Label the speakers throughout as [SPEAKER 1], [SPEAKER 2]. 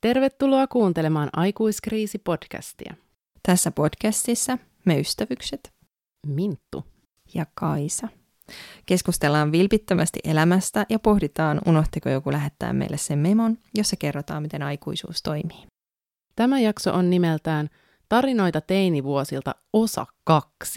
[SPEAKER 1] Tervetuloa kuuntelemaan Aikuiskriisi-podcastia.
[SPEAKER 2] Tässä podcastissa me ystävykset,
[SPEAKER 1] Minttu
[SPEAKER 2] ja Kaisa. Keskustellaan vilpittömästi elämästä ja pohditaan, unohtiko joku lähettää meille sen memon, jossa kerrotaan, miten aikuisuus toimii.
[SPEAKER 1] Tämä jakso on nimeltään Tarinoita teinivuosilta osa 2.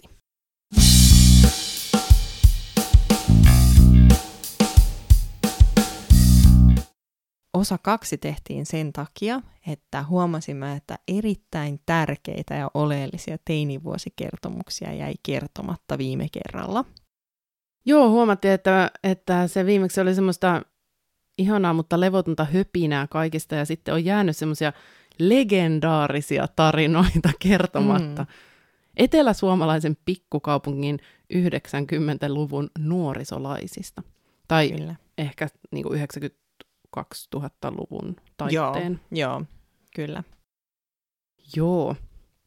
[SPEAKER 2] Osa 2 tehtiin sen takia, että huomasimme, että erittäin tärkeitä ja oleellisia teinivuosikertomuksia jäi kertomatta viime kerralla.
[SPEAKER 1] Joo, huomattiin, että se viimeksi oli semmoista ihanaa, mutta levotonta höpinää kaikista, ja sitten on jäänyt semmoisia legendaarisia tarinoita kertomatta. Eteläsuomalaisen pikkukaupungin 90-luvun nuorisolaisista. Tai
[SPEAKER 2] Kyllä.
[SPEAKER 1] ehkä niin 2000-luvun taitteen.
[SPEAKER 2] Joo, kyllä.
[SPEAKER 1] Joo.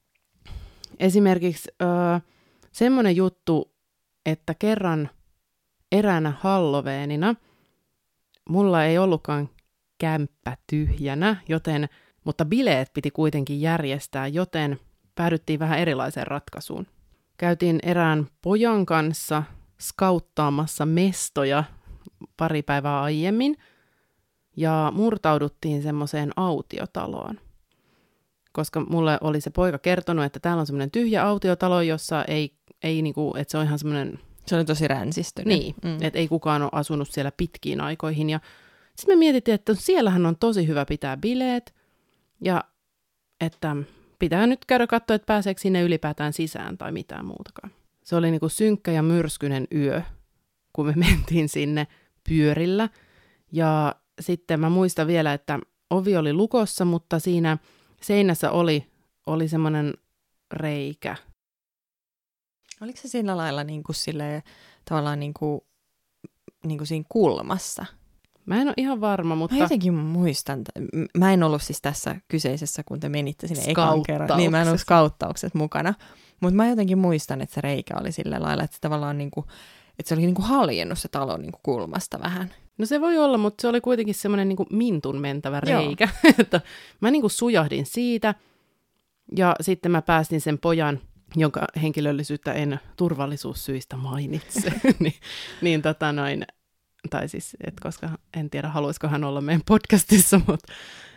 [SPEAKER 1] Esimerkiksi semmoinen juttu, että kerran eräänä Halloweenina mulla ei ollutkaan kämppä tyhjänä, mutta bileet piti kuitenkin järjestää, joten päädyttiin vähän erilaiseen ratkaisuun. Käytiin erään pojan kanssa skauttaamassa mestoja pari päivää aiemmin ja murtauduttiin semmoiseen autiotaloon. Koska mulle oli se poika kertonut, että täällä on semmoinen tyhjä autiotalo, jossa ei niinku, että se on ihan semmoinen...
[SPEAKER 2] Se oli tosi ränsistynyt.
[SPEAKER 1] Niin, että ei kukaan ole asunut siellä pitkiin aikoihin. Ja sitten me mietittiin, että siellähän on tosi hyvä pitää bileet ja että pitää nyt käydä katsoa, että pääseekö sinne ylipäätään sisään tai mitään muutakaan. Se oli niinku synkkä ja myrskyinen yö, kun me mentiin sinne pyörillä. Ja sitten mä muistan vielä, että ovi oli lukossa, mutta siinä seinässä oli semmoinen reikä.
[SPEAKER 2] Oliko se sillä lailla niin kuin silleen, tavallaan niin kuin siinä kulmassa?
[SPEAKER 1] Mä en ole ihan varma, mutta...
[SPEAKER 2] Mä jotenkin muistan. Mä en ollut siis tässä kyseisessä, kun te menitte sinne ekan kerran. Niin mä en ollut skauttaukset mukana. Mutta mä jotenkin muistan, että se reikä oli sillä lailla, että se tavallaan niin kuin, että se oli niin kuin haljennut se talo niin kuin kulmasta vähän.
[SPEAKER 1] No se voi olla, mutta se oli kuitenkin semmoinen niin kuin mintun mentävä reikä. Että mä niin kuin sujahdin siitä ja sitten mä päästin sen pojan, jonka henkilöllisyyttä en turvallisuussyistä mainitse, tai siis, että koska en tiedä, haluaisiko hän olla meidän podcastissa, mutta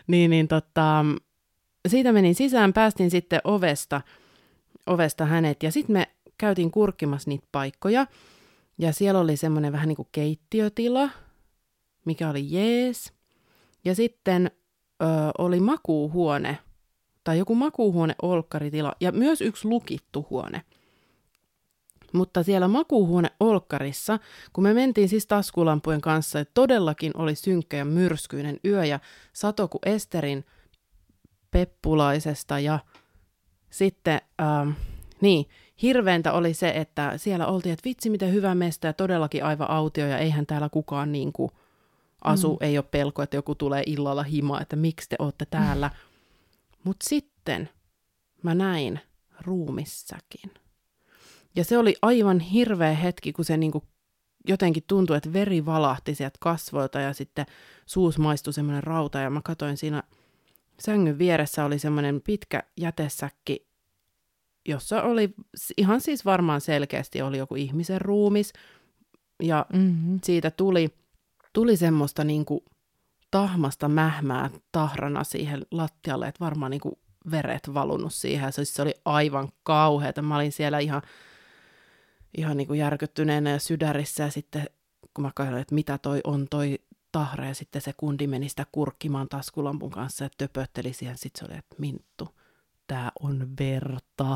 [SPEAKER 1] siitä menin sisään, päästin sitten ovesta hänet, ja sitten me käytiin kurkkimassa niitä paikkoja, ja siellä oli semmoinen vähän niin kuin keittiötila, mikä oli jees, ja sitten oli makuuhuone, tai joku makuuhuone-olkkaritila, ja myös yksi lukittu huone. Mutta siellä makuuhuone-olkkarissa, kun me mentiin siis taskulampujen kanssa, että todellakin oli synkkä ja myrskyinen yö, ja sato kuin Esterin peppulaisesta, ja sitten, hirveintä oli se, että siellä oltiin, että vitsi miten hyvä mesta, ja todellakin aivan autio, ja eihän täällä kukaan niin kuin asu, ei ole pelko, että joku tulee illalla himaan, että miksi te olette täällä. Mutta sitten mä näin ruumissäkin. Ja se oli aivan hirveä hetki, kun se niinku jotenkin tuntui, että veri valahti sieltä kasvoilta ja sitten suus maistui semmoinen rauta. Ja mä katsoin siinä sängyn vieressä oli semmoinen pitkä jätesäkki, jossa oli ihan siis varmaan selkeästi oli joku ihmisen ruumis. Ja siitä tuli semmoista niinku tahmasta mähmää tahrana siihen lattialle, että varmaan niinku veret valunut siihen. Ja se oli aivan kauheata. Mä olin siellä ihan niinku järkyttyneenä ja sydärissä. Ja sitten kun mä katsoin, että mitä toi on toi tahra. Ja sitten se kundi meni sitä kurkkimaan taskulampun kanssa ja töpötteli siihen. Sitten se oli, että Minttu, tää on verta.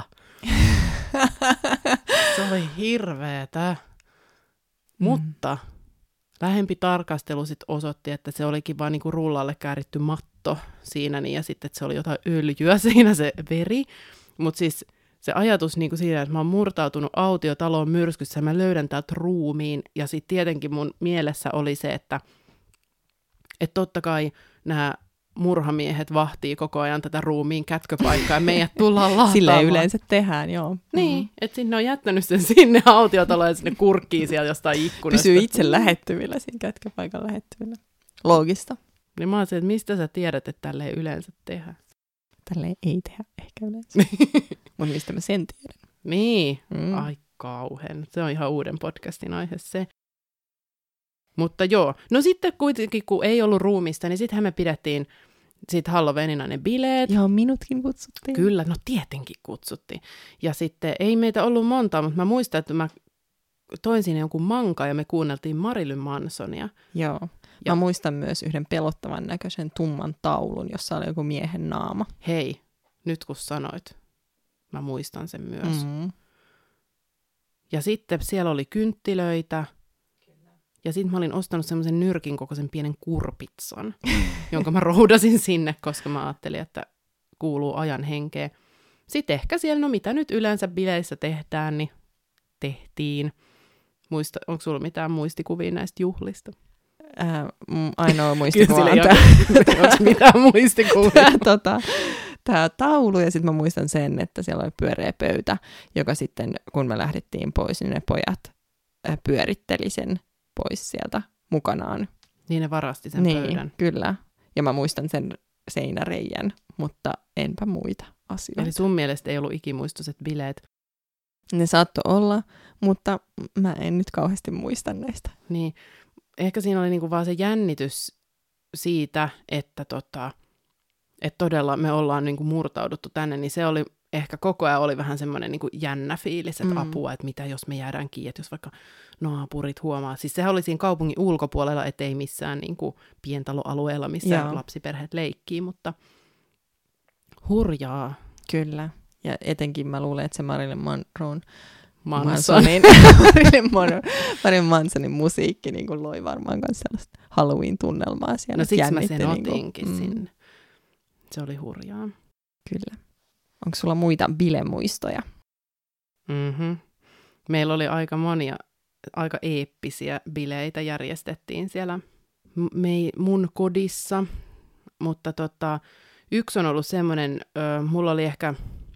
[SPEAKER 1] Se oli hirveetä. Mutta... lähempi tarkastelu sitten osoitti, että se olikin vaan niinku rullalle kääritty matto siinä, niin, ja sitten että se oli jotain öljyä siinä se veri. Mutta siis se ajatus niinku siitä, että mä oon murtautunut autiotaloon myrskyssä ja mä löydän täältä ruumiin, ja sitten tietenkin mun mielessä oli se, että totta kai nämä murhamiehet vahtii koko ajan tätä ruumiin kätköpaikkaa ja meidät tullaan lahtaamaan.
[SPEAKER 2] Silleen yleensä tehdään, joo.
[SPEAKER 1] Niin, että sinne on jättänyt sen sinne autiotaloon ja sinne kurkkii sieltä jostain ikkunasta.
[SPEAKER 2] Pysyy itse lähettyvillä siinä kätköpaikan lähettyvillä. Loogista.
[SPEAKER 1] Niin mä oon se, että mistä sä tiedät, että tälleen yleensä tehdään?
[SPEAKER 2] Tälleen ei tehdä ehkä yleensä. Mutta mistä mä sen tiedän?
[SPEAKER 1] Niin, ai kauhean. Se on ihan uuden podcastin aihe se. Mutta joo, no sitten kuitenkin kun ei ollut ruumista, niin sittenhän me pidettiin sitten Halloweenina ne bileet.
[SPEAKER 2] Joo, minutkin kutsuttiin.
[SPEAKER 1] Kyllä, no tietenkin kutsuttiin. Ja sitten ei meitä ollut monta, mutta mä muistan, että mä toin sinne jonkun manka ja me kuunneltiin Marilyn Mansonia.
[SPEAKER 2] Joo, mä muistan myös yhden pelottavan näköisen tumman taulun, jossa oli joku miehen naama.
[SPEAKER 1] Hei, nyt kun sanoit, mä muistan sen myös. Ja sitten siellä oli kynttilöitä. Ja sitten mä olin ostanut semmoisen nyrkin kokoisen pienen kurpitsan, jonka mä roudasin sinne, koska mä ajattelin, että kuuluu ajan henkeä. Sitten ehkä siellä, no mitä nyt yleensä bileissä tehdään, niin tehtiin. Onko sulla mitään muistikuvia näistä juhlista?
[SPEAKER 2] Ainoa muistikuva on
[SPEAKER 1] onko mitään muistikuvia?
[SPEAKER 2] Tämä taulu, ja sitten mä muistan sen, että siellä oli pyöreä pöytä, joka sitten, kun me lähdettiin pois, niin ne pojat pyöritteli sen pois sieltä mukanaan.
[SPEAKER 1] Niin ne varasti sen pöydän.
[SPEAKER 2] Kyllä. Ja mä muistan sen seinäreijän, mutta enpä muita asioita.
[SPEAKER 1] Eli sun mielestä ei ollut ikimuistoiset bileet?
[SPEAKER 2] Ne saattoi olla, mutta mä en nyt kauheasti muista näistä.
[SPEAKER 1] Niin. Ehkä siinä oli niinku vaan se jännitys siitä, että todella me ollaan niinku murtauduttu tänne, niin se oli ehkä koko ajan oli vähän semmoinen niinku jännä fiilis, että apua, että mitä jos me jäädään kiinni, että jos vaikka naapurit huomaa. Siis sehän oli siinä kaupungin ulkopuolella, ettei missään niinku pientaloalueella, missä lapsiperheet leikkii, mutta hurjaa.
[SPEAKER 2] Kyllä, ja etenkin mä luulen, että se Marilyn Mansonin musiikki niin kuin loi varmaan myös sellaista Halloween-tunnelmaa siellä.
[SPEAKER 1] No siksi mä sen otinkin sinne. Se oli hurjaa.
[SPEAKER 2] Kyllä. Onko sulla muita bilemuistoja?
[SPEAKER 1] Meillä oli aika monia, aika eeppisiä bileitä järjestettiin siellä mun kodissa, mutta yksi on ollut semmoinen, mulla oli ehkä,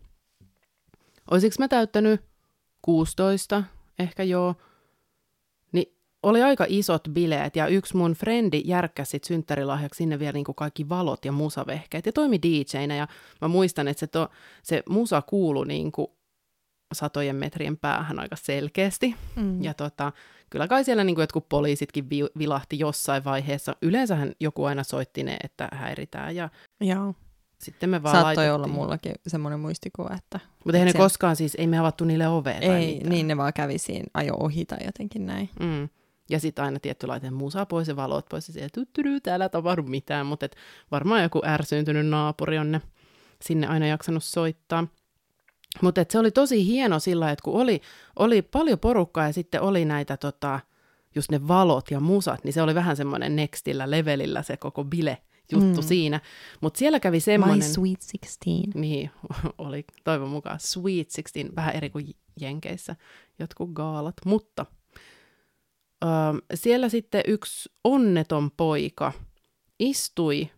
[SPEAKER 1] olisiko mä täyttänyt 16, ehkä joo, niin oli aika isot bileet ja yksi mun frendi järkkäsi sit synttärilahjaksi sinne vielä niinku kaikki valot ja musavehkeet ja toimi DJ:nä ja mä muistan, että se musa kuului niinku satojen metrien päähän aika selkeästi ja kyllä kai siellä niinku jotkut poliisitkin vilahti jossain vaiheessa. Yleensähän joku aina soitti ne, että häiritään ja
[SPEAKER 2] joo.
[SPEAKER 1] Sitten me vaan
[SPEAKER 2] saattoi olla mullakin semmoinen muistikuva, että...
[SPEAKER 1] Mutta eihän ne koskaan siis, ei me avattu niille ovea tai
[SPEAKER 2] ei, niin ne vaan kävi siinä, ajo ohi tai jotenkin näin.
[SPEAKER 1] Ja sitten aina tietty laite musa pois ja valot pois ja siellä täällä ei tapahdu mitään, mutta varmaan joku ärsyyntynyt naapuri on ne sinne aina jaksanut soittaa. Mutta se oli tosi hieno sillä, että kun oli paljon porukkaa ja sitten oli näitä just ne valot ja musat, niin se oli vähän semmoinen nextillä levelillä se koko bile-juttu siinä. Mutta siellä kävi semmoinen...
[SPEAKER 2] My Sweet 16.
[SPEAKER 1] Niin, oli toivon mukaan Sweet 16, vähän eri kuin Jenkeissä jotkut gaalat. Mutta siellä sitten yksi onneton poika istui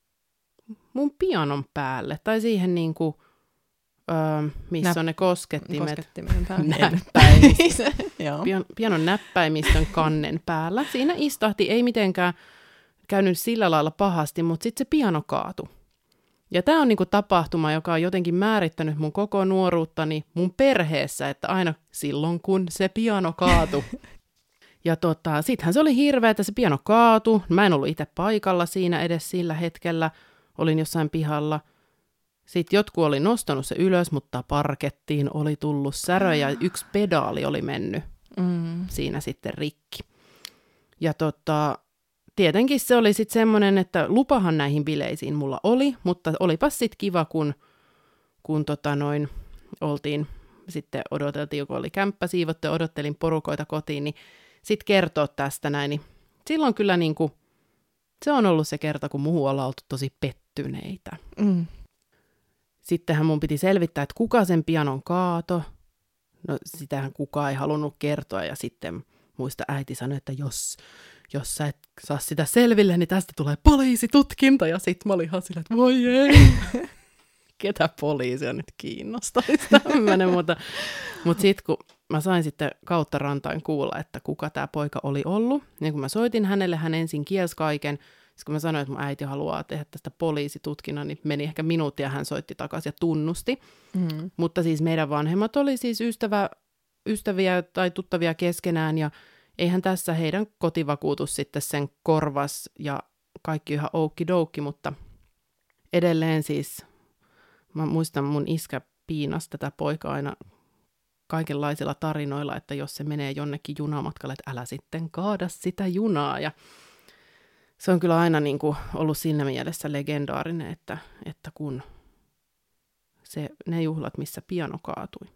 [SPEAKER 1] mun pianon päälle, tai siihen niinku... missä on ne koskettimet näppäimistön, pianon näppäimistön kannen päällä. Siinä istahti, ei mitenkään käynyt sillä lailla pahasti, mutta sitten se piano kaatui. Ja tämä on niinku tapahtuma, joka on jotenkin määrittänyt mun koko nuoruuttani mun perheessä, että aina silloin kun se piano kaatui. Ja sittenhän se oli hirveä, että se piano kaatui. Mä en ollut itse paikalla siinä edes sillä hetkellä, olin jossain pihalla. Sitten jotkut oli nostanut se ylös, mutta parkettiin oli tullut särö ja yksi pedaali oli mennyt siinä sitten rikki. Ja tietenkin se oli sitten semmoinen, että lupahan näihin bileisiin mulla oli, mutta olipas sitten kiva, kun oltiin, sitten odoteltiin, kun oli kämppä siivottu ja odottelin porukoita kotiin, niin sitten kertoa tästä näin. Niin silloin kyllä niinku, se on ollut se kerta, kun muuhun ollaan oltu tosi pettyneitä. Sittenhän mun piti selvittää, että kuka sen pianon kaato. No sitähän kukaan ei halunnut kertoa ja sitten muista äiti sanoi, että jos sä et saa sitä selville, niin tästä tulee poliisitutkinta. Ja sit mä olin ihan sillä, että voi ei. Ketä poliisia nyt kiinnostaisi tämmönen. Mutta sitten kun mä sain sitten kautta rantain kuulla, että kuka tämä poika oli ollut. Ja kun mä soitin hänelle, hän ensin kielsi kaiken. kun mä sanoin, että mun äiti haluaa tehdä tästä poliisitutkinnan, niin meni ehkä minuutti ja hän soitti takaisin ja tunnusti. Mutta siis meidän vanhemmat oli siis ystäviä tai tuttavia keskenään ja eihän tässä heidän kotivakuutus sitten sen korvas ja kaikki ihan oukkidoukki, mutta edelleen siis mä muistan mun iskä piinasi tätä poikaa aina kaikenlaisilla tarinoilla, että jos se menee jonnekin junamatkalle, että älä sitten kaada sitä junaa. Ja se on kyllä aina niin kuin ollut siinä mielessä legendaarinen, että kun ne juhlat, missä piano kaatui.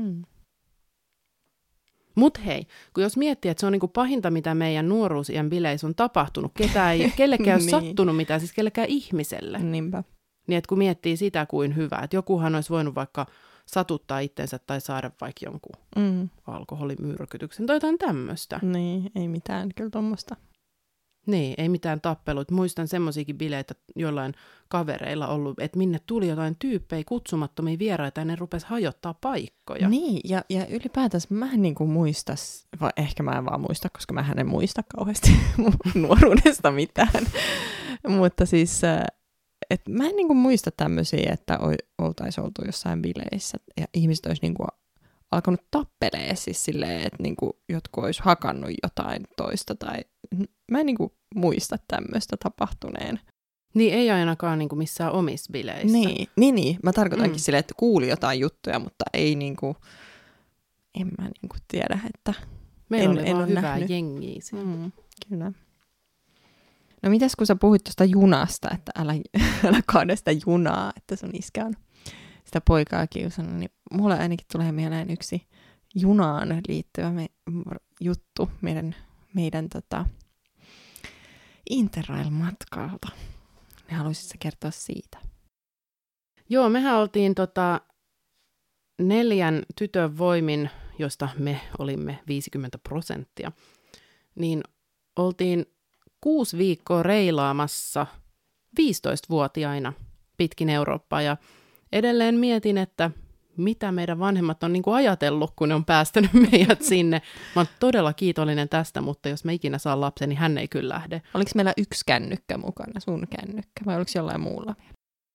[SPEAKER 1] Mut hei, kun jos miettii, että se on niinku pahinta, mitä meidän nuoruusiän bileissä on tapahtunut, kellekään ei ole sattunut mitään, siis kellekään ihmiselle.
[SPEAKER 2] Niinpä.
[SPEAKER 1] Niin että kun miettii sitä kuin hyvä, että jokuhan olisi voinut vaikka satuttaa itsensä tai saada vaikka jonkun alkoholimyrkytyksen tai jotain tämmöistä.
[SPEAKER 2] Niin, ei mitään kyllä tuommoista.
[SPEAKER 1] Niin, ei mitään tappeluita. Muistan semmoisiakin bileitä jollain kavereilla ollut, että minne tuli jotain tyyppejä, kutsumattomia vieraita ja ne rupesi hajottaa paikkoja.
[SPEAKER 2] Niin, ja ylipäätänsä mä en niinku muista, vai ehkä mä en vaan muista, koska mä en muista kauheasti nuoruudesta mitään. Mutta siis, että mä en niinku muista tämmöisiä, että oltaisiin oltu jossain bileissä ja ihmiset olisi niinku alkanut tappelee siis silleen, että niinku jotkut olisi hakannut jotain toista tai mä en niinku muista tämmöistä tapahtuneen.
[SPEAKER 1] Niin, ei ainakaan niinku missään omissa bileissä.
[SPEAKER 2] Niin. Mä tarkoitankin silleen, että kuuli jotain juttuja, mutta ei niinku, en mä niinku tiedä, että
[SPEAKER 1] meillä oli vaan hyvää jengiä.
[SPEAKER 2] Kyllä. No mitäs kun sä puhuit tuosta junasta, että älä kaada sitä junaa, että sun iskä on sitä poikaa kiusannut, niin mulle ainakin tulee mieleen yksi junaan liittyvä juttu meidän Interrail-matkalta. Ne haluaisitko kertoa siitä?
[SPEAKER 1] Joo, mehän oltiin 4 tytön voimin, josta me olimme 50%, niin oltiin 6 viikkoa reilaamassa 15-vuotiaina pitkin Eurooppaa ja edelleen mietin, että mitä meidän vanhemmat on niinku ajatellut, kun ne on päästänyt meidät sinne. Mä oon todella kiitollinen tästä, mutta jos mä ikinä saan lapsen, niin hän ei kyllä lähde.
[SPEAKER 2] Oliko meillä 1 kännykkä mukana, sun kännykkä, vai oliko jollain muulla vielä?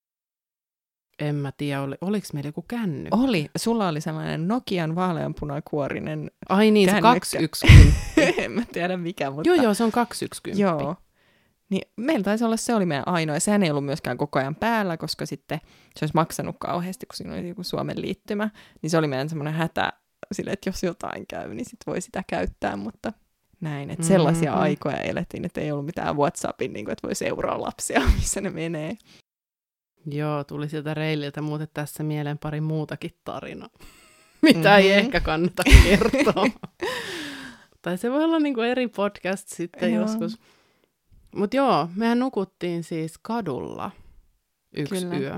[SPEAKER 1] En mä tiedä, oliko meillä joku kännykkä?
[SPEAKER 2] Oli. Sulla oli sellainen Nokian vaaleanpunakuorinen
[SPEAKER 1] ai niin,
[SPEAKER 2] kännykkä.
[SPEAKER 1] Se 210.
[SPEAKER 2] En mä tiedä mikä, mutta
[SPEAKER 1] Joo, se on 210.
[SPEAKER 2] Joo. Niin meillä taisi olla, se oli meidän ainoa, ja sehän ei ollut myöskään koko ajan päällä, koska sitten se olisi maksanut kauheasti, kun siinä oli joku Suomen liittymä, niin se oli meidän semmoinen hätä sille, että jos jotain käy, niin sitten voi sitä käyttää, mutta näin, että sellaisia aikoja elettiin, että ei ollut mitään WhatsAppin, niin kuin, että voi seuraa lapsia, missä ne menee.
[SPEAKER 1] Joo, tuli sieltä reililtä muuten tässä mieleen pari muutakin tarinaa, mitä ei ehkä kannata kertoa. Tai se voi olla niin kuin eri podcast sitten joskus. Mutta joo, mehän nukuttiin siis kadulla 1 yö.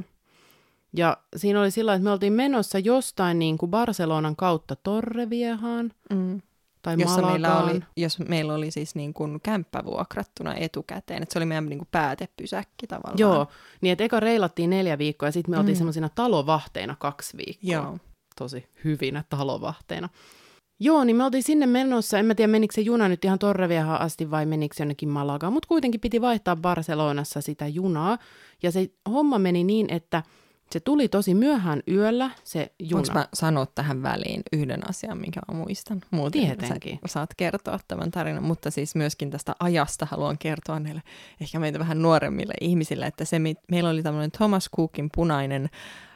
[SPEAKER 1] Ja siinä oli sillä, että me oltiin menossa jostain niin kuin Barcelonan kautta Torreviehaan tai Malagaan.
[SPEAKER 2] Jos meillä oli siis niin kuin kämppä vuokrattuna etukäteen, että se oli meidän niin kuin päätepysäkki tavallaan.
[SPEAKER 1] Joo, niin että eka reilattiin 4 viikkoa ja sitten me oltiin semmoisina talovahteina 2 viikkoa.
[SPEAKER 2] Joo.
[SPEAKER 1] Tosi hyvinä talovahteina. Joo, niin me oltiin sinne menossa. En mä tiedä, menikö se juna nyt ihan Torreviehaan asti vai menikö se jonnekin Malagaan, mutta kuitenkin piti vaihtaa Barcelonassa sitä junaa. Ja se homma meni niin, että se tuli tosi myöhään yöllä, se juna.
[SPEAKER 2] Voinko mä sanoa tähän väliin yhden asian, minkä mä muistan? Muuten
[SPEAKER 1] tietenkin.
[SPEAKER 2] Sä saat kertoa tämän tarinan, mutta siis myöskin tästä ajasta haluan kertoa näille ehkä meitä vähän nuoremmille ihmisille, että meillä oli tämmöinen Thomas Cookin punainen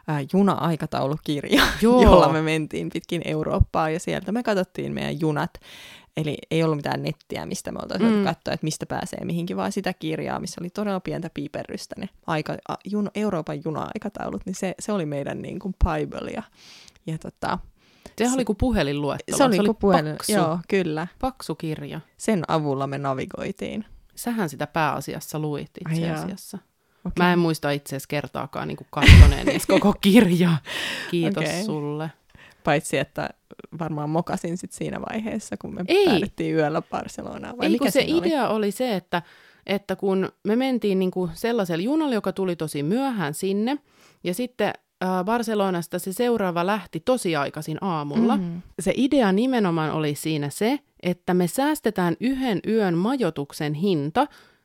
[SPEAKER 2] juna-aikataulukirja, jolla me mentiin pitkin Eurooppaa ja sieltä me katsottiin meidän junat. Eli ei ollut mitään nettiä, mistä me oltaisiin voitu katsoa, että mistä pääsee mihinkin, vaan sitä kirjaa, missä oli todella pientä piiperrystä ne Euroopan juna-aikataulut, niin se oli meidän niin kuin Bible. Ja
[SPEAKER 1] sehän oli kuin puhelinluettelo.
[SPEAKER 2] Se oli paksu. Joo, kyllä.
[SPEAKER 1] Paksu kirja.
[SPEAKER 2] Sen avulla me navigoitiin.
[SPEAKER 1] Sähän sitä pääasiassa luit itse asiassa.
[SPEAKER 2] Okay.
[SPEAKER 1] Mä en muista itse asiassa kertaakaan niin kattoneen koko kirjaa. Kiitos sulle.
[SPEAKER 2] Paitsi, että varmaan mokasin sit siinä vaiheessa, kun me päädyttiin yöllä Barcelonaan.
[SPEAKER 1] Ei, kun se idea oli se, että kun me mentiin niin kuin sellaisella junalla, joka tuli tosi myöhään sinne, ja sitten Barcelonasta se seuraava lähti tosi aikaisin aamulla. Se idea nimenomaan oli siinä se, että me säästetään 1 yön majoituksen hinta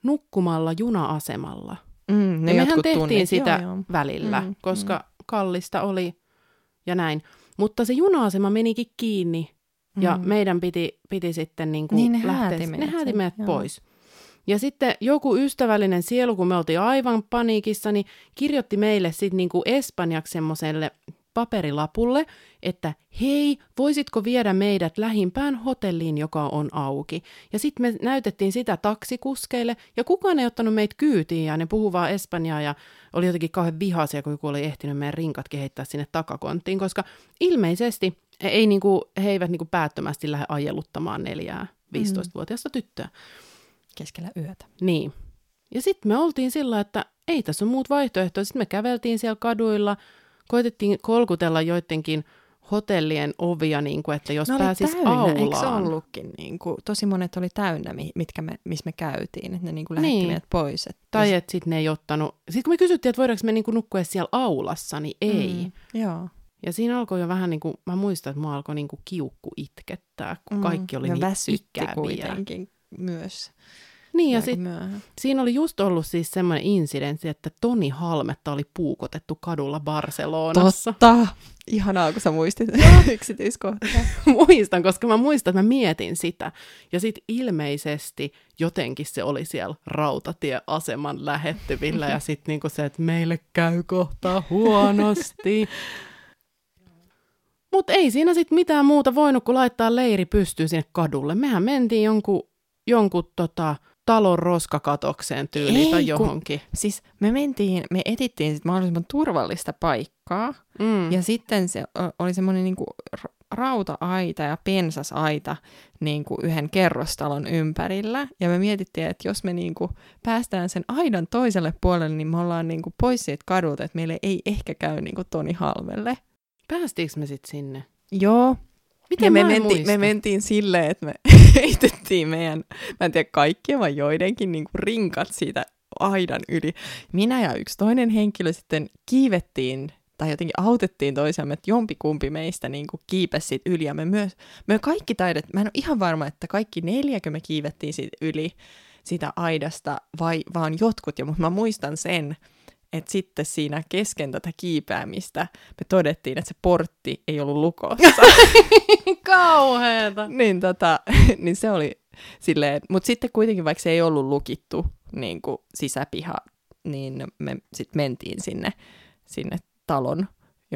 [SPEAKER 1] nukkumalla juna-asemalla.
[SPEAKER 2] Ne
[SPEAKER 1] ja mehän tehtiin
[SPEAKER 2] tunnet.
[SPEAKER 1] sitä välillä, koska kallista oli ja näin. Mutta se juna-asema menikin kiinni ja meidän piti sitten niin kuin
[SPEAKER 2] ne
[SPEAKER 1] lähteä. Ne hääti meidät pois. Ja sitten joku ystävällinen sielu, kun me oltiin aivan paniikissa, niin kirjoitti meille sitten niin kuin espanjaksi semmoiselle paperilapulle, että hei, voisitko viedä meidät lähimpään hotelliin, joka on auki. Ja sitten me näytettiin sitä taksikuskeille, ja kukaan ei ottanut meitä kyytiin, ja ne puhuu vaan espanjaa, ja oli jotenkin kauhean vihaisia, kun joku oli ehtinyt meidän rinkatkin heittää sinne takakonttiin, koska ilmeisesti he eivät niinku päättömästi lähde ajeluttamaan 4-15-vuotiaista tyttöä.
[SPEAKER 2] Keskellä yötä.
[SPEAKER 1] Niin. Ja sitten me oltiin sillä, että ei tässä ole muut vaihtoehtoja. Sitten me käveltiin siellä kaduilla, koitettiin kolkutella joidenkin hotellien ovia, niin kuin, että jos pääsis aulaan.
[SPEAKER 2] Eikö se ollutkin? Niin kuin, tosi monet oli täynnä, missä me käytiin, että ne niin kuin lähetti meidät pois. Että
[SPEAKER 1] tai että sitten ne ei ottanut. Sitten kun me kysyttiin, että voidaanko me niin kuin nukkua siellä aulassa, niin ei.
[SPEAKER 2] Joo.
[SPEAKER 1] Ja siinä alkoi jo vähän niin kuin, mä muistan, että mua alkoi niin kuin kiukku itkettää, kun kaikki oli
[SPEAKER 2] ja
[SPEAKER 1] niin
[SPEAKER 2] väsytti
[SPEAKER 1] ikäviä.
[SPEAKER 2] kuitenkin myös.
[SPEAKER 1] Niin, ja sitten siinä oli just ollut siis semmoinen insidentti, että Toni Halmetta oli puukotettu kadulla Barcelonassa.
[SPEAKER 2] Totta! Ihanaa, kun sä muistit yksityiskohtaa.
[SPEAKER 1] Muistan, koska mä muistan, että mä mietin sitä. Ja sitten ilmeisesti jotenkin se oli siellä rautatieaseman lähettyvillä, ja sitten niinku se, että meille käy kohta huonosti. Mutta ei siinä sitten mitään muuta voinut, kuin laittaa leiri pystyyn sinne kadulle. Mehän mentiin jonkun talon roskakatokseen tyyliin tai johonkin.
[SPEAKER 2] Siis me etittiin sit mahdollisimman turvallista paikkaa, ja sitten se oli semmoinen niinku rauta-aita ja pensasaita niinku yhden kerrostalon ympärillä, ja me mietittiin, että jos me niinku päästään sen aidan toiselle puolelle, niin me ollaan niinku pois siitä kadulta, että meille ei ehkä käy niinku Toni Halmelle.
[SPEAKER 1] Päästiinkö me sitten sinne?
[SPEAKER 2] Joo.
[SPEAKER 1] Miten
[SPEAKER 2] me mentiin silleen, että me heitettiin meidän, mä en tiedä kaikkien, vaan joidenkin niin kuin rinkat siitä aidan yli. Minä ja yksi toinen henkilö sitten kiivettiin, tai jotenkin autettiin toisiamme, että jompikumpi meistä niin kuin kiipesi siitä yli. Ja me kaikki taidettiin, mä en ole ihan varma, että kaikki 4 me kiivettiin siitä yli sitä aidasta, vai vaan jotkut. Mutta mä muistan sen, että sitten siinä kesken tätä kiipeämistä me todettiin, että se portti ei ollut lukossa.
[SPEAKER 1] Kauheeta!
[SPEAKER 2] niin se oli silleen, mutta sitten kuitenkin, vaikka se ei ollut lukittu niin kuin sisäpiha, niin me sitten mentiin sinne talon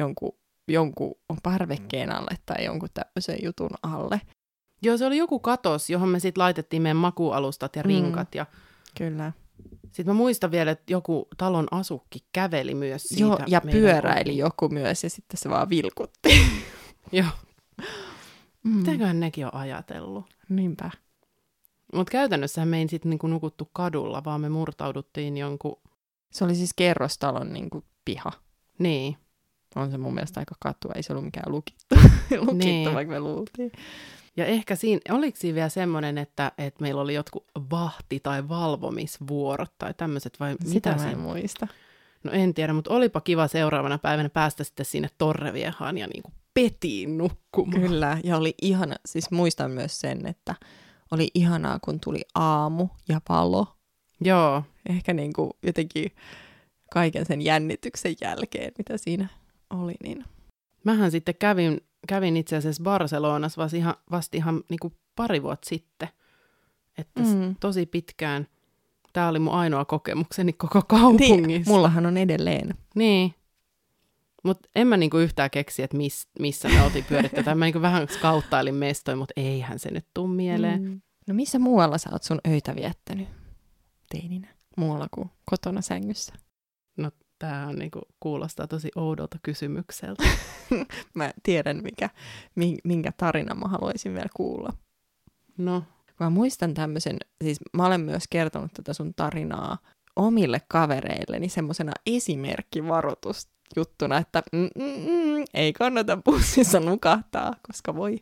[SPEAKER 2] jonkun parvekkeen alle tai jonkun tämmöisen jutun alle.
[SPEAKER 1] Joo, se oli joku katos, johon me sitten laitettiin meidän makuualustat ja rinkat. Ja
[SPEAKER 2] kyllä.
[SPEAKER 1] Sitten mä muistan vielä, että joku talon asukki käveli myös siitä.
[SPEAKER 2] Joo, ja pyöräili joku myös, ja sitten se vaan vilkutti.
[SPEAKER 1] Joo. Mitäköhän nekin on ajatellut?
[SPEAKER 2] Niinpä.
[SPEAKER 1] Mutta käytännössähän me ei sitten niinku nukuttu kadulla, vaan me murtauduttiin jonkun...
[SPEAKER 2] Se oli siis kerrostalon niinku piha.
[SPEAKER 1] Niin.
[SPEAKER 2] On se mun mielestä aika katua, ei se ollut mikään lukittu, niin. Vaikka me luultiin.
[SPEAKER 1] Ja ehkä oliko siinä vielä semmoinen, että meillä oli jotkut vahti- tai valvomisvuorot tai tämmöiset, vai
[SPEAKER 2] sitä
[SPEAKER 1] mitä
[SPEAKER 2] mä en muista.
[SPEAKER 1] No en tiedä, mutta olipa kiva seuraavana päivänä päästä sitten sinne Torreviehaan ja niinku petiin nukkumaan.
[SPEAKER 2] Kyllä, ja oli ihana, siis muistan myös sen, että oli ihanaa, kun tuli aamu ja valo.
[SPEAKER 1] Joo.
[SPEAKER 2] Ehkä niinku jotenkin kaiken sen jännityksen jälkeen, mitä siinä oli. Niin.
[SPEAKER 1] Mähän sitten kävin itse asiassa Barcelonassa vasta ihan niinku pari vuotta sitten. Että tosi pitkään. Tämä oli mun ainoa kokemukseni koko kaupungissa.
[SPEAKER 2] Niin, mullahan on edelleen.
[SPEAKER 1] Niin. Mutta en mä niinku yhtään keksi, että missä me oltiin pyöritty. Mä niinku vähän skauttailin mestoja, mutta eihän se nyt tuu mieleen.
[SPEAKER 2] No missä muualla sä oot sun öitä viettänyt teininä? Muualla kuin kotona sängyssä?
[SPEAKER 1] No tämähän niinku kuulostaa tosi oudolta kysymykseltä.
[SPEAKER 2] Mä tiedän, minkä tarinan mä haluaisin vielä kuulla.
[SPEAKER 1] No.
[SPEAKER 2] Mä muistan tämmöisen, siis mä olen myös kertonut tätä sun tarinaa omille kavereilleni semmosena esimerkkivaroitusjuttuna, että ei kannata bussissa nukahtaa, koska voi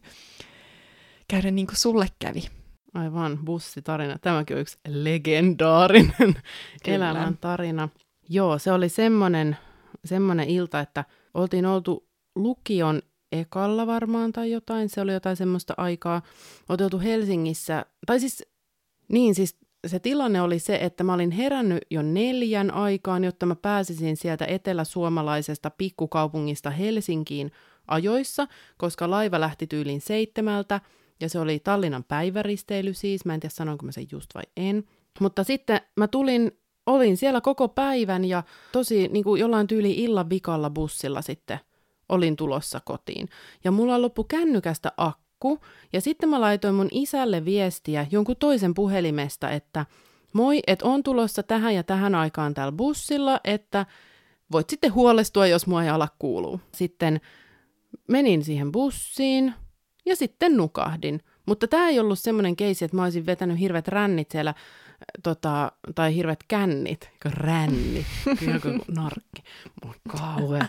[SPEAKER 2] käydä niin kuin sulle kävi.
[SPEAKER 1] Aivan, bussitarina. Tämäkin on yksi legendaarinen elämän tarina. Joo, se oli semmoinen ilta, että oltiin oltu lukion ekalla varmaan tai jotain. Se oli jotain semmoista aikaa. Oltiin oltu Helsingissä, tai siis se tilanne oli se, että mä olin herännyt jo 4 aikaan, jotta mä pääsisin sieltä eteläsuomalaisesta pikkukaupungista Helsinkiin ajoissa, koska laiva lähti tyyliin 7, ja se oli Tallinnan päiväristeily siis, mä en tiedä sanoinko mä sen just vai en. Mutta sitten mä olin siellä koko päivän ja tosi niin kuin jollain tyyli illan vikalla bussilla sitten olin tulossa kotiin. Ja mulla loppui kännykästä akku, ja sitten mä laitoin mun isälle viestiä jonkun toisen puhelimesta, että moi, et on tulossa tähän ja tähän aikaan täällä bussilla, että voit sitten huolestua, jos mua ei ala kuuluu. Sitten menin siihen bussiin ja sitten nukahdin. Mutta tämä ei ollut semmoinen keissi, että mä olisin vetänyt hirveät rännit siellä, tai hirveät kännit, ränni, joku narkki, mulla on kauhea.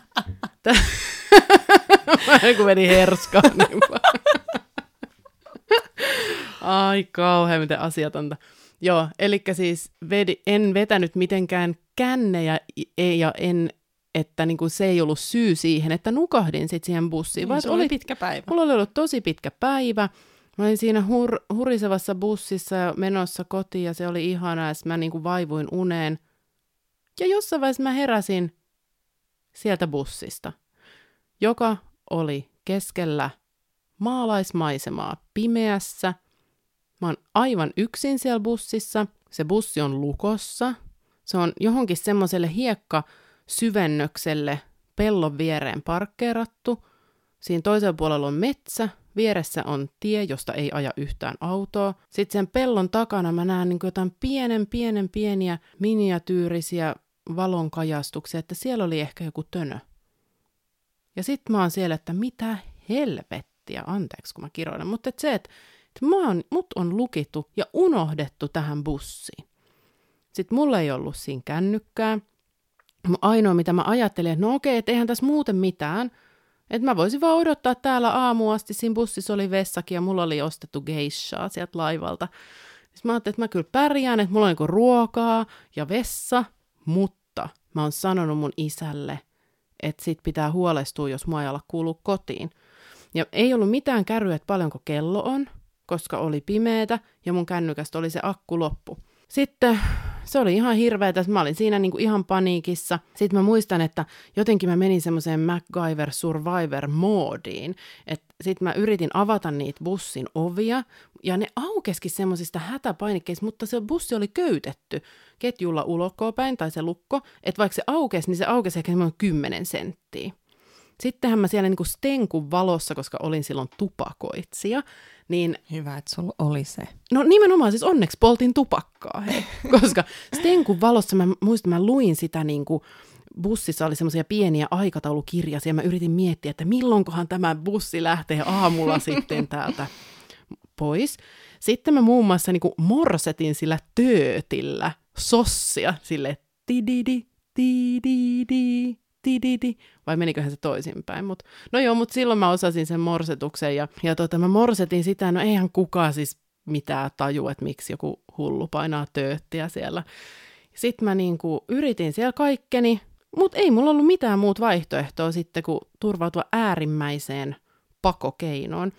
[SPEAKER 1] Kun meni herskaan. Niin ai kauhea, miten asiatonta. Joo, eli siis en vetänyt mitenkään kännejä ja että niinku se ei ollut syy siihen, että nukahdin sitten siihen bussiin.
[SPEAKER 2] Niin, se oli pitkä päivä.
[SPEAKER 1] Mulla oli ollut tosi pitkä päivä. Mä olin siinä hurisevassa bussissa ja menossa kotiin ja se oli ihanaa ja mä niinku vaivuin uneen. Ja jossain vaiheessa mä heräsin sieltä bussista, joka oli keskellä maalaismaisemaa pimeässä. Mä oon aivan yksin siellä bussissa. Se bussi on lukossa. Se on johonkin semmoiselle hiekkasyvennökselle pellon viereen parkkeerattu. Siinä toisella puolella on metsä. Vieressä on tie, josta ei aja yhtään autoa. Sitten sen pellon takana mä näen niin kuin jotain pieniä miniatyyrisiä valonkajastuksia, että siellä oli ehkä joku tönö. Ja sitten mä oon siellä, että mitä helvettiä, anteeksi kun mä kiroilen, mutta että mut on lukittu ja unohdettu tähän bussiin. Sitten mulla ei ollut siinä kännykkää. Ainoa mitä mä ajattelin, että no okei, että eihän tässä muuten mitään. Että mä voisin vaan odottaa täällä aamuun asti, siinä bussissa oli vessakin ja mulla oli ostettu geishaa sieltä laivalta. Sitten mä ajattelin, että mä kyllä pärjään, että mulla on niinku ruokaa ja vessa, mutta mä oon sanonut mun isälle, että sit pitää huolestua, jos mua ei ala kuulua kotiin. Ja ei ollut mitään kärryä, että paljonko kello on, koska oli pimeätä ja mun kännykästä oli se akku loppu. Sitten se oli ihan hirveetä, mä olin siinä niinku ihan paniikissa. Sitten mä muistan, että jotenkin mä menin semmoiseen MacGyver Survivor-moodiin. Sitten mä yritin avata niitä bussin ovia, ja ne aukesikin semmoisista hätäpainikkeista, mutta se bussi oli köytetty ketjulla ulokkoon päin, tai se lukko, että vaikka se aukesi, niin se aukesi ehkä 10 senttiä. Sittenhän mä siellä niinku stenkun valossa, koska olin silloin tupakoitsija, niin...
[SPEAKER 2] Hyvä, että sulla oli se.
[SPEAKER 1] No nimenomaan, siis onneksi poltin tupakkaa, hei. Koska stenkun valossa mä muistan, mä luin sitä niinku, bussissa oli semmoisia pieniä aikataulukirjasia, ja mä yritin miettiä, että milloinkohan tämä bussi lähtee aamulla sitten täältä pois. Sitten mä muun muassa niinku morsetin sillä töötillä sossia, sille tididi, tididi, tididi, vai meniköhän se toisinpäin, mutta silloin mä osasin sen morsetuksen ja mä morsetin sitä, no eihän kukaan siis mitään tajua, että miksi joku hullu painaa tööttiä siellä. Sitten mä niinku yritin siellä kaikkeni, mutta ei mulla ollut mitään muut vaihtoehtoa sitten, kuin turvautua äärimmäiseen pakokeinoon.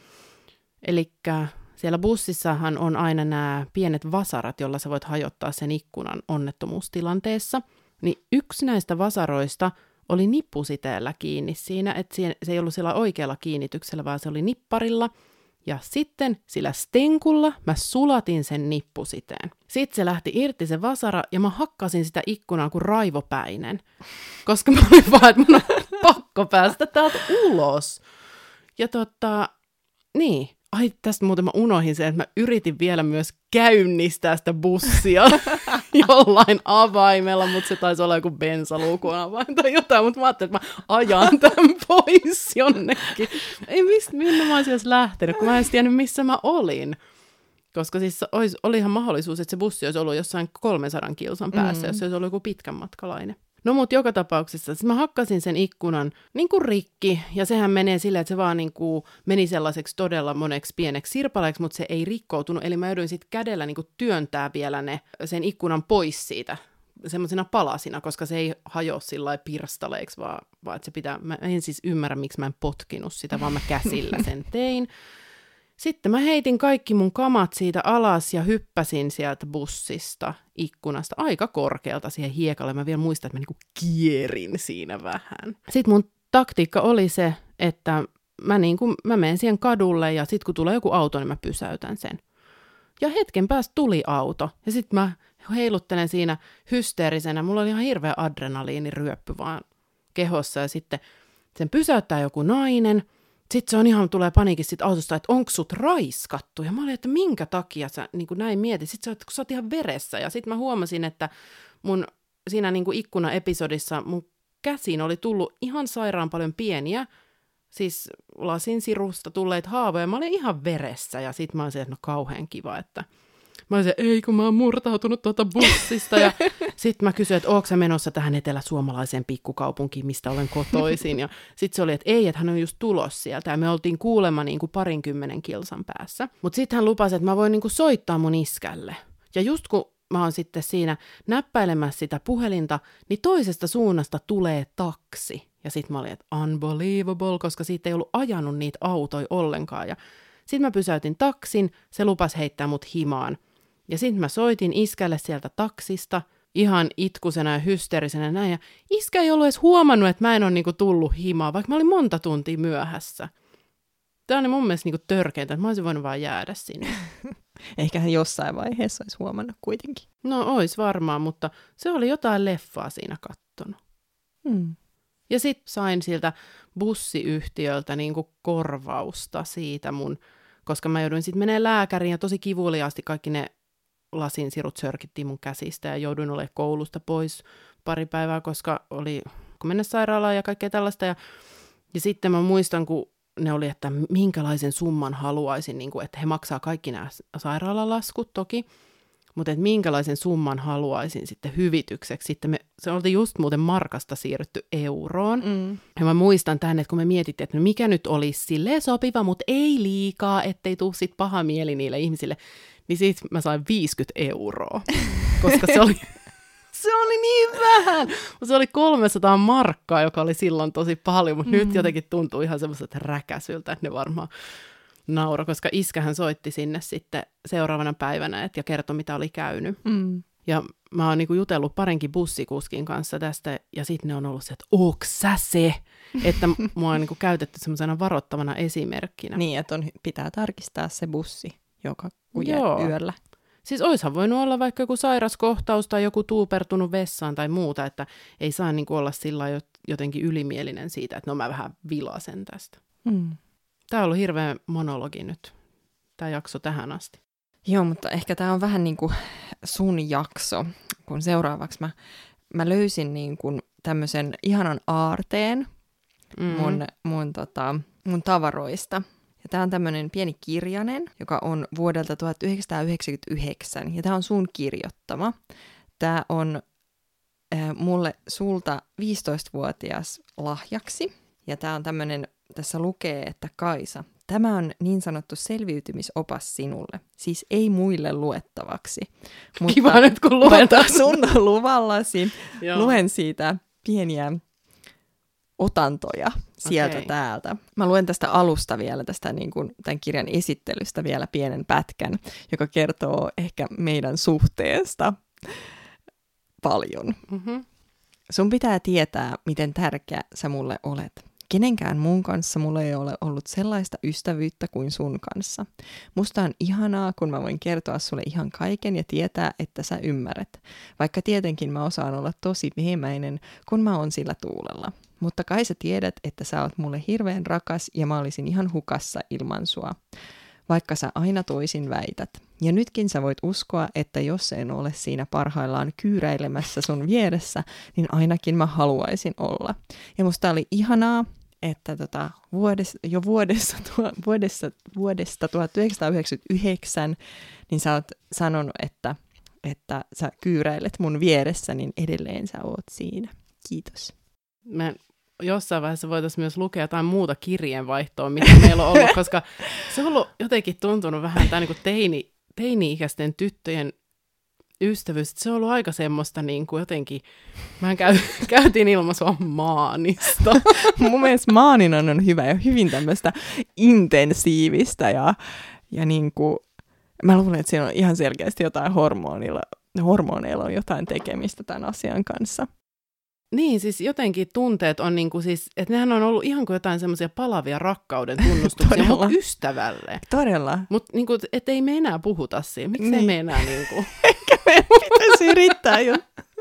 [SPEAKER 1] Elikkä siellä bussissahan on aina nämä pienet vasarat, jolla sä voit hajottaa sen ikkunan onnettomuustilanteessa, niin yksi näistä vasaroista oli nippusiteellä kiinni siinä, että se ei ollut sillä oikealla kiinnityksellä, vaan se oli nipparilla. Ja sitten sillä stenkulla mä sulatin sen nippusiteen. Sitten se lähti irti se vasara ja mä hakkasin sitä ikkunaa kuin raivopäinen. Koska mä olin vaan, että mun on pakko päästä täältä ulos. Ja niin. Ai, tästä muuten mä unohdin sen, että mä yritin vielä myös käynnistää sitä bussia jollain avaimella, mutta se taisi olla joku bensaluukun avain tai jotain, mutta mä ajattelin, että mä ajan tämän pois jonnekin. Ei minne mä olisin edes lähtenyt, kun mä en edes tiennyt, missä mä olin. Koska siis oli ihan mahdollisuus, että se bussi olisi ollut jossain 300 kilsan päässä, jos se olisi ollut joku pitkän matkalainen. No mut joka tapauksessa, siis mä hakkasin sen ikkunan niin kuin rikki, ja sehän menee silleen, että se vaan niin kuin meni sellaiseksi todella moneksi pieneksi sirpaleeksi, mutta se ei rikkoutunut, eli mä jouduin sitten kädellä niin kuin työntää vielä sen ikkunan pois siitä semmoisena palasina, koska se ei hajoa sillä pirstaleiksi, vaan että se pitää, mä en siis ymmärrä, miksi mä en potkinut sitä, vaan mä käsillä sen tein. Sitten mä heitin kaikki mun kamat siitä alas ja hyppäsin sieltä bussista ikkunasta aika korkealta siihen hiekalle. Mä vielä muistan, että mä niinku kierin siinä vähän. Sitten mun taktiikka oli se, että mä menen siihen kadulle ja sitten kun tulee joku auto, niin mä pysäytän sen. Ja hetken päästä tuli auto ja sitten mä heiluttelen siinä hysteerisenä. Mulla oli ihan hirveä adrenaliiniryöppy vaan kehossa ja sitten sen pysäyttää joku nainen. Sitten se on ihan, tulee paniikissa sit autosta, että onko sut raiskattu? Ja mä olin, että minkä takia sä niin kuin näin mietit? Sitten sä oot ihan veressä. Ja sitten mä huomasin, että mun siinä niin kuin ikkuna-episodissa mun käsiin oli tullut ihan sairaan paljon pieniä, siis lasin sirusta tulleita haavoja. Mä olin ihan veressä ja sitten mä olin että no kauhean kiva, että mä olin ei kun mä oon murtautunut tuota bussista. Ja sitten mä kysyin, että ootko sä menossa tähän etelä-suomalaiseen pikkukaupunkiin, mistä olen kotoisin. Ja sitten se oli, että ei, että hän on just tulos sieltä. Ja me oltiin kuulemma niin kuin 20 kilsan päässä. Mutta sitten hän lupasi, että mä voin niin kuin soittaa mun iskälle. Ja just kun mä oon sitten siinä näppäilemässä sitä puhelinta, niin toisesta suunnasta tulee taksi. Ja sitten mä olin, että unbelievable, koska siitä ei ollut ajanut niitä autoja ollenkaan. Ja sitten mä pysäytin taksin, se lupasi heittää mut himaan. Ja sitten mä soitin iskälle sieltä taksista, ihan itkusena ja hysteerisenä näin. Ja iskä ei ollut edes huomannut, että mä en ole niinku tullut himaan, vaikka mä olin monta tuntia myöhässä. Tämä on mun mielestä niinku törkeintä, että mä olisin voinut vaan jäädä sinne.
[SPEAKER 2] Ehkä hän jossain vaiheessa olisi huomannut kuitenkin.
[SPEAKER 1] No ois varmaan, mutta se oli jotain leffaa siinä kattonut. Ja sitten sain siltä bussiyhtiöltä niinku korvausta siitä koska mä jouduin sitten menemään lääkäriin ja tosi kivuliaasti kaikki ne lasinsirut sörkittiin mun käsistä ja jouduin olemaan koulusta pois pari päivää, koska oli kun mennä sairaalaan ja kaikkea tällaista. Ja sitten mä muistan, kun ne oli, että minkälaisen summan haluaisin, niin kuin, että he maksaa kaikki nämä sairaalalaskut toki, mutta että minkälaisen summan haluaisin sitten hyvitykseksi. Sitten se oli just muuten markasta siirrytty euroon. Ja mä muistan tämän, että kun me mietittiin, että no mikä nyt olisi silleen sopiva, mutta ei liikaa, ettei tule sit paha mieli niille ihmisille, niin siitä mä sain 50 €, koska se oli niin vähän. Se oli 300 markkaa, joka oli silloin tosi paljon, mutta nyt jotenkin tuntuu ihan semmoiselta räkäsyltä, että ne varmaan nauroi, koska iskähän soitti sinne sitten seuraavana päivänä ja kertoi, mitä oli käynyt. Ja mä oon niinku jutellut parinkin bussikuskin kanssa tästä, ja sitten ne on ollut se, että ooks sä se? Että mua on niinku käytetty semmoisena varoittavana esimerkkinä.
[SPEAKER 2] Niin, että pitää tarkistaa se bussi joka yöllä.
[SPEAKER 1] Siis oishan voinut olla vaikka joku sairaskohtaus tai joku tuupertunut vessaan tai muuta, että ei saa niinku olla sillä jotenkin ylimielinen siitä, että no mä vähän vilasen tästä. Tämä on ollut hirveä monologi nyt, tämä jakso tähän asti.
[SPEAKER 2] Joo, mutta ehkä tämä on vähän niin kuin sun jakso, kun seuraavaksi mä löysin niin kuin tämmöisen ihanan aarteen mun tavaroista. Ja tämä on tämmöinen pieni kirjanen, joka on vuodelta 1999, ja tämä on sun kirjoittama. Tämä on mulle sulta 15-vuotias lahjaksi, ja tämä on tämmöinen, tässä lukee, että Kaisa, tämä on niin sanottu selviytymisopas sinulle, siis ei muille luettavaksi. Mutta
[SPEAKER 1] kiva nyt, kun luetaan.
[SPEAKER 2] Sun luvallasi luen siitä pieniä otantoja sieltä täältä. Mä luen tästä alusta vielä, tästä niin kuin, tämän kirjan esittelystä vielä pienen pätkän, joka kertoo ehkä meidän suhteesta paljon. Sun pitää tietää, miten tärkeä sä mulle olet. Kenenkään muun kanssa mulla ei ole ollut sellaista ystävyyttä kuin sun kanssa. Musta on ihanaa, kun mä voin kertoa sulle ihan kaiken ja tietää, että sä ymmärrät. Vaikka tietenkin mä osaan olla tosi vehemäinen, kun mä oon sillä tuulella. Mutta kai sä tiedät, että sä oot mulle hirveän rakas ja mä olisin ihan hukassa ilman sua. Vaikka sä aina toisin väität. Ja nytkin sä voit uskoa, että jos en ole siinä parhaillaan kyyräilemässä sun vieressä, niin ainakin mä haluaisin olla. Ja musta oli ihanaa, että vuodesta 1999, niin sä oot sanonut, että sä kyyräilet mun vieressä, niin edelleen sä oot siinä. Kiitos.
[SPEAKER 1] Mä jossain vaiheessa voitaisiin myös lukea jotain muuta kirjeenvaihtoa, mitä meillä on ollut, koska se on ollut jotenkin tuntunut vähän tämä niin teini-ikäisten tyttöjen ystävyys, se on ollut aika semmoista niin kuin jotenkin, käytiin ilmaisua maanista.
[SPEAKER 2] Mun mielestä maanin on hyvä ja hyvin tämmöistä intensiivistä ja niin kuin, mä luulen, että siinä on ihan selkeästi jotain hormoneilla on jotain tekemistä tämän asian kanssa.
[SPEAKER 1] Niin, siis jotenkin tunteet on niinku siis, että nehän on ollut ihan kuin jotain semmoisia palavia rakkauden tunnustuksia mun ystävälle.
[SPEAKER 2] Todella.
[SPEAKER 1] Mutta niinku, ei me enää puhuta siitä. Miksi ei me enää niinku...
[SPEAKER 2] Ehkä me pitäisi yrittää jo.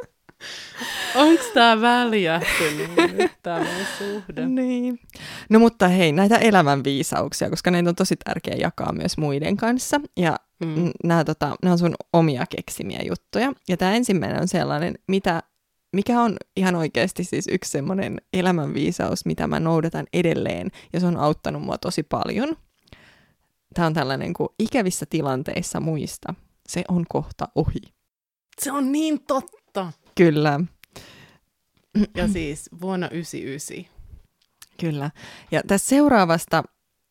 [SPEAKER 1] Onko tää väljähtynyt nyt tää meidän suhde?
[SPEAKER 2] Niin. No mutta hei, näitä elämänviisauksia, koska näitä on tosi tärkeää jakaa myös muiden kanssa. Ja nämä on sun omia keksimiä juttuja. Ja tämä ensimmäinen on sellainen, mikä on ihan oikeasti siis yksi semmoinen elämänviisaus, mitä mä noudatan edelleen, ja se on auttanut mua tosi paljon. Tämä on tällainen, kuin ikävissä tilanteissa muista, se on kohta ohi.
[SPEAKER 1] Se on niin totta.
[SPEAKER 2] Kyllä.
[SPEAKER 1] Ja siis vuonna 1999.
[SPEAKER 2] Kyllä. Ja tässä seuraavasta,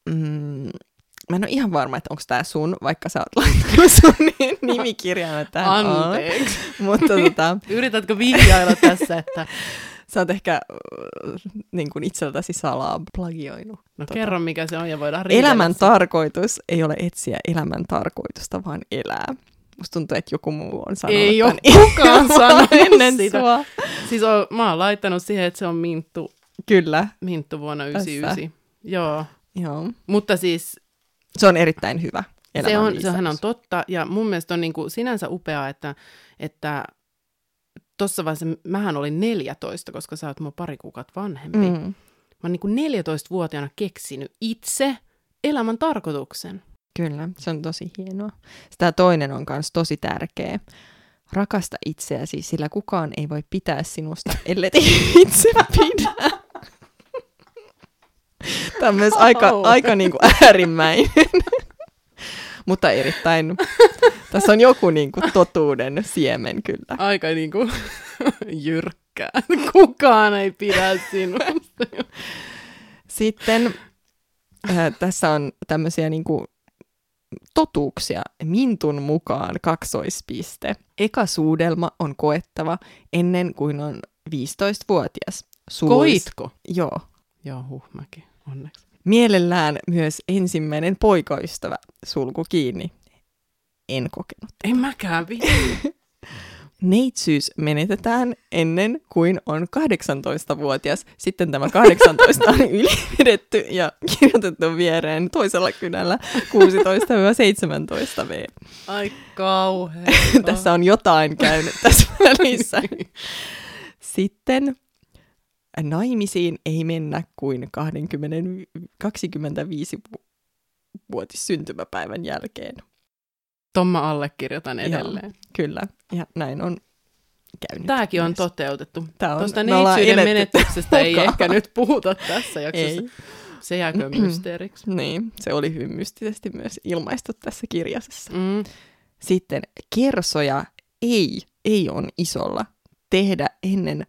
[SPEAKER 2] mä en ole ihan varma, että onko tämä sun, vaikka sä oot laittanut sun nimikirjana tähän.
[SPEAKER 1] Anteeksi.
[SPEAKER 2] Mutta
[SPEAKER 1] yritätkö vihjailla tässä, että...
[SPEAKER 2] Sä oot ehkä niin kuin itseltäsi salaa plagioinut.
[SPEAKER 1] No kerro, mikä se on ja voidaan riidellä.
[SPEAKER 2] Elämän tarkoitus ei ole etsiä elämän tarkoitusta, vaan elää. Musta tuntuu, että joku muu on sanonut.
[SPEAKER 1] Ei ole kukaan sanonut ennen sitä. Siis mä oon laittanut siihen, että se on Minttu.
[SPEAKER 2] Kyllä.
[SPEAKER 1] Minttu vuonna 1999. Joo.
[SPEAKER 2] Joo.
[SPEAKER 1] Mutta siis...
[SPEAKER 2] Se on erittäin hyvä
[SPEAKER 1] Sehän on totta, ja mun mielestä on niinku sinänsä upeaa, että tuossa vaiheessa, mähän olin 14, koska sä oot mua pari kuukautta vanhempi. Mä oon niinku 14-vuotiaana keksinyt itse elämän tarkoituksen.
[SPEAKER 2] Kyllä, se on tosi hienoa. Tämä toinen on myös tosi tärkeä. Rakasta itseäsi, sillä kukaan ei voi pitää sinusta, ellei itse pidä. Tämä on myös aika niin kuin äärimmäinen. Mutta erittäin, tässä on joku niin kuin totuuden siemen kyllä.
[SPEAKER 1] Aika niin kuin jyrkkää. Kukaan ei pidä sinusta.
[SPEAKER 2] Sitten tässä on tämmöisiä niin kuin totuuksia Mintun mukaan 2. Eka suudelma on koettava ennen kuin on 15-vuotias.
[SPEAKER 1] Koitko?
[SPEAKER 2] Joo.
[SPEAKER 1] Joo, mäkin, onneksi.
[SPEAKER 2] Mielellään myös ensimmäinen poikaystävä, sulku kiinni. En kokenut.
[SPEAKER 1] En mäkään viitti.
[SPEAKER 2] Neitsyys menetetään ennen kuin on 18-vuotias. Sitten tämä 18 on ylipidetty ja kirjoitettu viereen toisella kynällä 16-17V.
[SPEAKER 1] Ai kauheeta.
[SPEAKER 2] Tässä on jotain käynyt tässä välissä. Sitten naimisiin ei mennä kuin 25-vuotis syntymäpäivän jälkeen.
[SPEAKER 1] Tomma allekirjoitan edelleen.
[SPEAKER 2] Joo, kyllä, ja näin on käynyt.
[SPEAKER 1] Tämäkin on toteutettu.
[SPEAKER 2] Tuosta
[SPEAKER 1] neitsyyden menetyksestä ei ehkä nyt puhuta tässä jaksossa.
[SPEAKER 2] Ei.
[SPEAKER 1] Se jääkö mysteeriksi.
[SPEAKER 2] Niin, se oli hyvin mystisesti myös ilmaistu tässä kirjasessa. Sitten kersoja ei on isolla tehdä ennen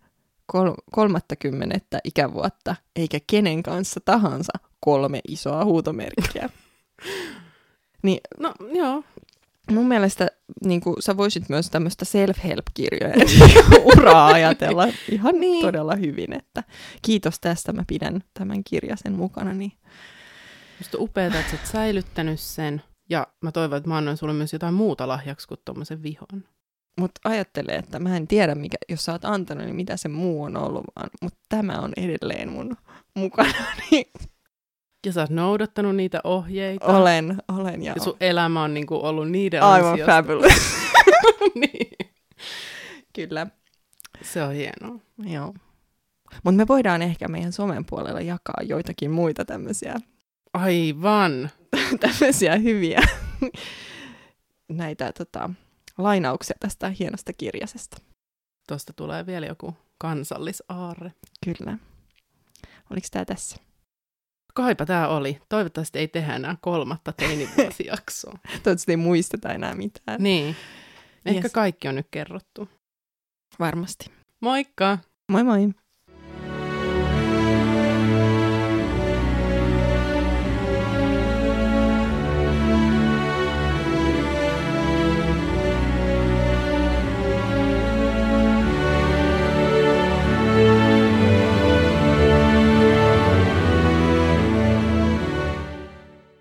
[SPEAKER 2] 30 ikävuotta, eikä kenen kanssa tahansa 3 isoa huutomerkkiä. Niin,
[SPEAKER 1] no, joo.
[SPEAKER 2] Mun mielestä niin sä voisit myös tämmöistä self-help-kirjoja uraa ajatella ihan todella hyvin, että kiitos tästä, mä pidän tämän kirjasen mukana. Niin.
[SPEAKER 1] Musta on upeaa, että sä oot säilyttänyt sen, ja mä toivon, että mä annoin sulle myös jotain muuta lahjaksi kuin tommosen vihon.
[SPEAKER 2] Mutta ajattele, että mä en tiedä, jos sä oot antanut, niin mitä se muu on ollut, mutta tämä on edelleen mun mukana.
[SPEAKER 1] Ja sä oot noudattanut niitä ohjeita.
[SPEAKER 2] Olen.
[SPEAKER 1] Ja sun elämä on niinku ollut niiden
[SPEAKER 2] aivan
[SPEAKER 1] ansiosta.
[SPEAKER 2] Fabulous.
[SPEAKER 1] Niin.
[SPEAKER 2] Kyllä.
[SPEAKER 1] Se on hienoa.
[SPEAKER 2] Joo. Mutta me voidaan ehkä meidän somen puolella jakaa joitakin muita tämmöisiä.
[SPEAKER 1] Aivan.
[SPEAKER 2] Tämmöisiä hyviä näitä lainauksia tästä hienosta kirjasesta.
[SPEAKER 1] Tuosta tulee vielä joku kansallisaarre.
[SPEAKER 2] Kyllä. Oliko tämä tässä?
[SPEAKER 1] Kaipa tämä oli. Toivottavasti ei tehdä enää 3. teinivuosijaksoa.
[SPEAKER 2] Toivottavasti ei muisteta enää mitään.
[SPEAKER 1] Niin. Ehkä kaikki on nyt kerrottu.
[SPEAKER 2] Varmasti.
[SPEAKER 1] Moikka!
[SPEAKER 2] Moi moi!